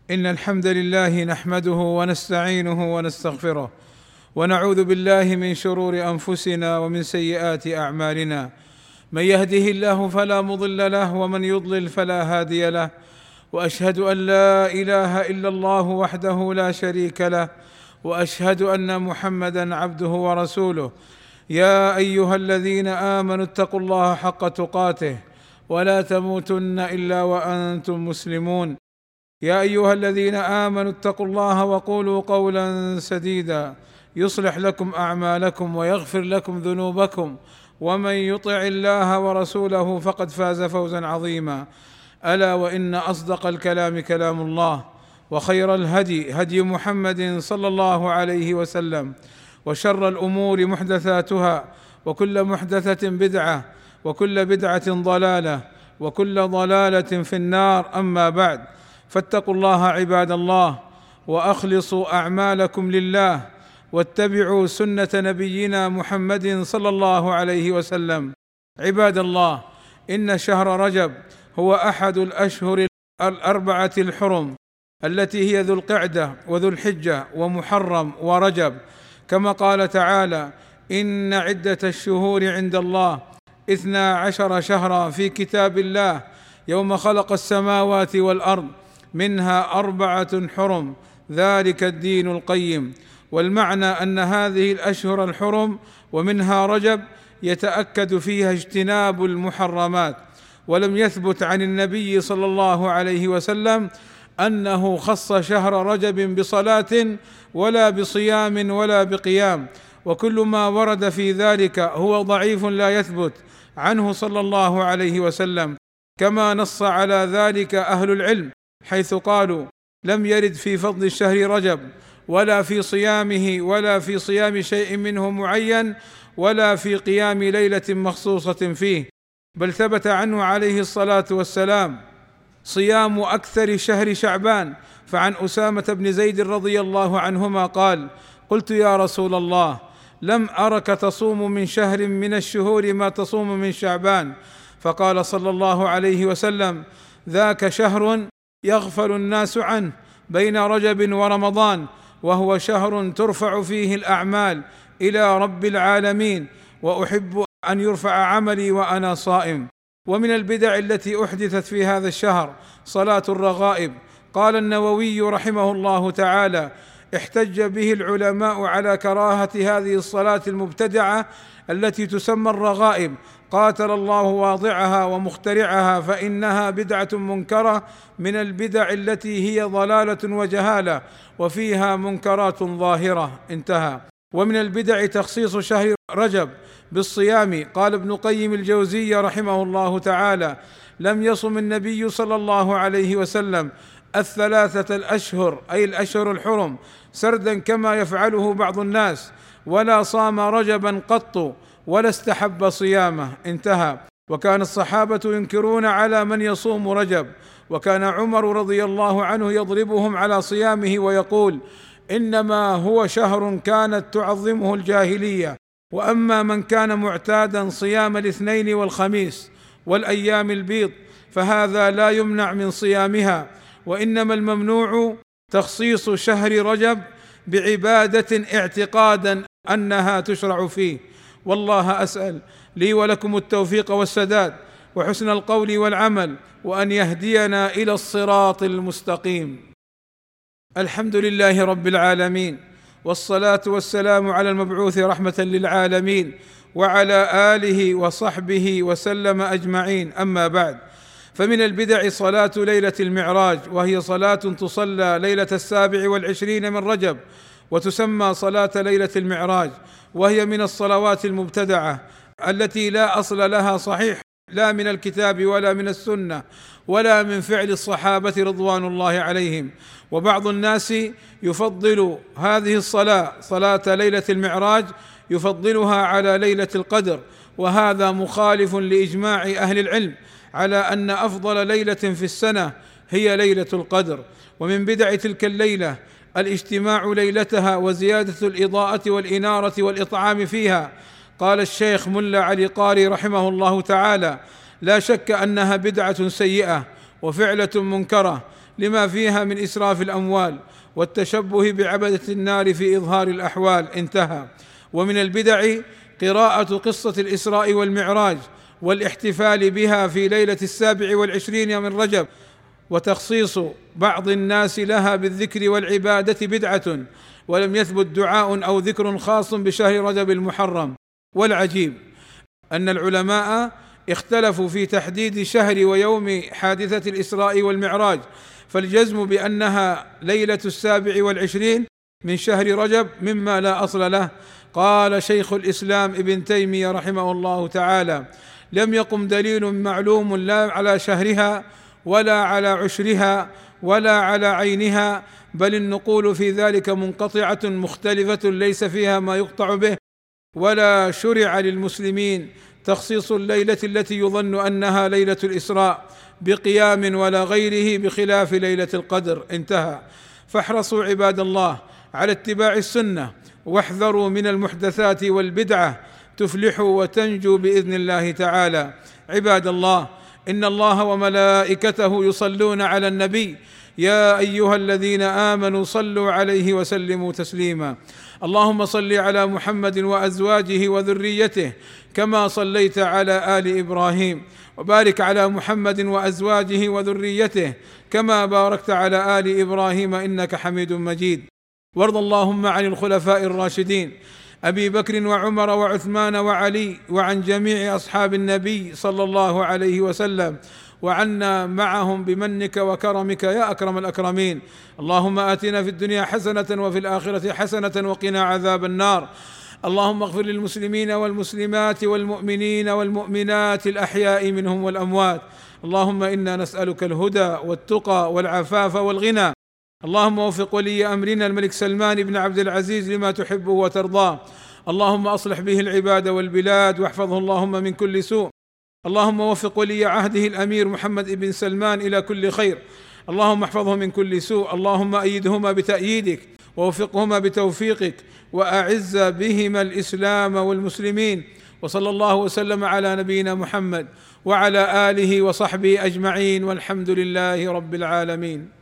إن الحمد لله نحمده ونستعينه ونستغفره، ونعوذ بالله من شرور أنفسنا ومن سيئات أعمالنا. من يهده الله فلا مضل له، ومن يضلل فلا هادي له. وأشهد أن لا إله إلا الله وحده لا شريك له، وأشهد أن محمدا عبده ورسوله. يا أيها الذين آمنوا اتقوا الله حق تقاته ولا تموتن إلا وأنتم مسلمون. يا أيها الذين آمنوا اتقوا الله وقولوا قولا سديدا يصلح لكم أعمالكم ويغفر لكم ذنوبكم، ومن يطع الله ورسوله فقد فاز فوزا عظيما. ألا وإن أصدق الكلام كلام الله، وخير الهدي هدي محمد صلى الله عليه وسلم، وشر الأمور محدثاتها، وكل محدثة بدعة، وكل بدعة ضلالة، وكل ضلالة في النار. أما بعد، فاتقوا الله عباد الله، واخلصوا اعمالكم لله، واتبعوا سنه نبينا محمد صلى الله عليه وسلم. عباد الله، ان شهر رجب هو احد الاشهر الاربعه الحرم، التي هي ذو القعده وذو الحجه ومحرم ورجب، كما قال تعالى: ان عده الشهور عند الله 12 شهرا في كتاب الله يوم خلق السماوات والارض منها 4 حرم، ذلك الدين القيم. والمعنى أن هذه الأشهر الحرم ومنها رجب يتأكد فيها اجتناب المحرمات، ولم يثبت عن النبي صلى الله عليه وسلم أنه خص شهر رجب بصلاة ولا بصيام ولا بقيام، وكل ما ورد في ذلك هو ضعيف لا يثبت عنه صلى الله عليه وسلم، كما نص على ذلك أهل العلم، حيث قالوا: لم يرد في فضل الشهر رجب، ولا في صيامه، ولا في صيام شيء منه معين، ولا في قيام ليلة مخصوصة فيه، بل ثبت عنه عليه الصلاة والسلام صيام أكثر شهر شعبان. فعن أسامة بن زيد رضي الله عنهما قال: قلت يا رسول الله، لم أرك تصوم من شهر من الشهور ما تصوم من شعبان. فقال صلى الله عليه وسلم: ذاك شهر يغفل الناس عنه بين رجب ورمضان، وهو شهر ترفع فيه الأعمال إلى رب العالمين، وأحب أن يرفع عملي وأنا صائم. ومن البدع التي أحدثت في هذا الشهر صلاة الرغائب. قال النووي رحمه الله تعالى: احتج به العلماء على كراهة هذه الصلاة المبتدعة التي تسمى الرغائب، قاتل الله واضعها ومخترعها، فإنها بدعة منكرة من البدع التي هي ضلالة وجهالة، وفيها منكرات ظاهرة. انتهى. ومن البدع تخصيص شهر رجب بالصيام. قال ابن قيم الجوزي رحمه الله تعالى: لم يصم النبي صلى الله عليه وسلم 3 الأشهر، أي الأشهر الحرم، سردا كما يفعله بعض الناس، ولا صام رجبا قط، ولا استحب صيامه. انتهى. وكان الصحابة ينكرون على من يصوم رجب، وكان عمر رضي الله عنه يضربهم على صيامه ويقول: إنما هو شهر كانت تعظمه الجاهلية، وأما من كان معتادا صيام الاثنين والخميس والأيام البيض فهذا لا يمنع من صيامها، وإنما الممنوع تخصيص شهر رجب بعبادة اعتقادا أنها تشرع فيه. والله أسأل لي ولكم التوفيق والسداد وحسن القول والعمل، وأن يهدينا إلى الصراط المستقيم. الحمد لله رب العالمين، والصلاة والسلام على المبعوث رحمة للعالمين، وعلى آله وصحبه وسلم أجمعين. أما بعد، فمن البدع صلاة ليلة المعراج، وهي صلاة تصلى ليلة 27 من رجب، وتسمى صلاة ليلة المعراج، وهي من الصلوات المبتدعة التي لا أصل لها صحيح، لا من الكتاب ولا من السنة ولا من فعل الصحابة رضوان الله عليهم. وبعض الناس يفضل هذه الصلاة، صلاة ليلة المعراج، يفضلها على ليلة القدر، وهذا مخالف لإجماع أهل العلم على أن أفضل ليلة في السنة هي ليلة القدر. ومن بدع تلك الليلة الاجتماع ليلتها وزيادة الإضاءة والإنارة والإطعام فيها. قال الشيخ ملا علي قاري رحمه الله تعالى: لا شك أنها بدعة سيئة وفعلة منكرة، لما فيها من إسراف الأموال والتشبه بعبدة النار في إظهار الأحوال. انتهى. ومن البدع قراءة قصة الإسراء والمعراج والاحتفال بها في ليلة 27 من رجب، وتخصيص بعض الناس لها بالذكر والعبادة بدعة، ولم يثبت دعاء أو ذكر خاص بشهر رجب المحرم. والعجيب أن العلماء اختلفوا في تحديد شهر ويوم حادثة الإسراء والمعراج، فالجزم بأنها ليلة 27 من شهر رجب مما لا أصل له. قال شيخ الإسلام ابن تيمية رحمه الله تعالى: لم يقم دليل معلوم لا على شهرها ولا على عشرها ولا على عينها، بل النقول في ذلك منقطعة مختلفة ليس فيها ما يقطع به، ولا شرع للمسلمين تخصيص الليلة التي يظن أنها ليلة الإسراء بقيام ولا غيره بخلاف ليلة القدر. انتهى. فاحرصوا عباد الله على اتباع السنة، واحذروا من المحدثات والبدعة تفلحوا وتنجوا بإذن الله تعالى. عباد الله، إن الله وملائكته يصلون على النبي، يا أيها الذين آمنوا صلوا عليه وسلموا تسليما. اللهم صل على محمد وأزواجه وذريته كما صليت على آل إبراهيم، وبارك على محمد وأزواجه وذريته كما باركت على آل إبراهيم إنك حميد مجيد. وارض اللهم عن الخلفاء الراشدين أبي بكر وعمر وعثمان وعلي، وعن جميع أصحاب النبي صلى الله عليه وسلم، وعنا معهم بمنك وكرمك يا أكرم الأكرمين. اللهم آتنا في الدنيا حسنة وفي الآخرة حسنة وقنا عذاب النار. اللهم اغفر للمسلمين والمسلمات والمؤمنين والمؤمنات الأحياء منهم والأموات. اللهم إنا نسألك الهدى والتقى والعفاف والغنى. اللهم وفق ولي أمرنا الملك سلمان بن عبد العزيز لما تحبه وترضاه. اللهم أصلح به العباد والبلاد، واحفظه اللهم من كل سوء. اللهم وفق ولي عهده الأمير محمد بن سلمان إلى كل خير. اللهم احفظه من كل سوء. اللهم أيدهما بتأييدك، ووفقهما بتوفيقك، وأعز بهما الإسلام والمسلمين. وصلى الله وسلم على نبينا محمد وعلى آله وصحبه أجمعين، والحمد لله رب العالمين.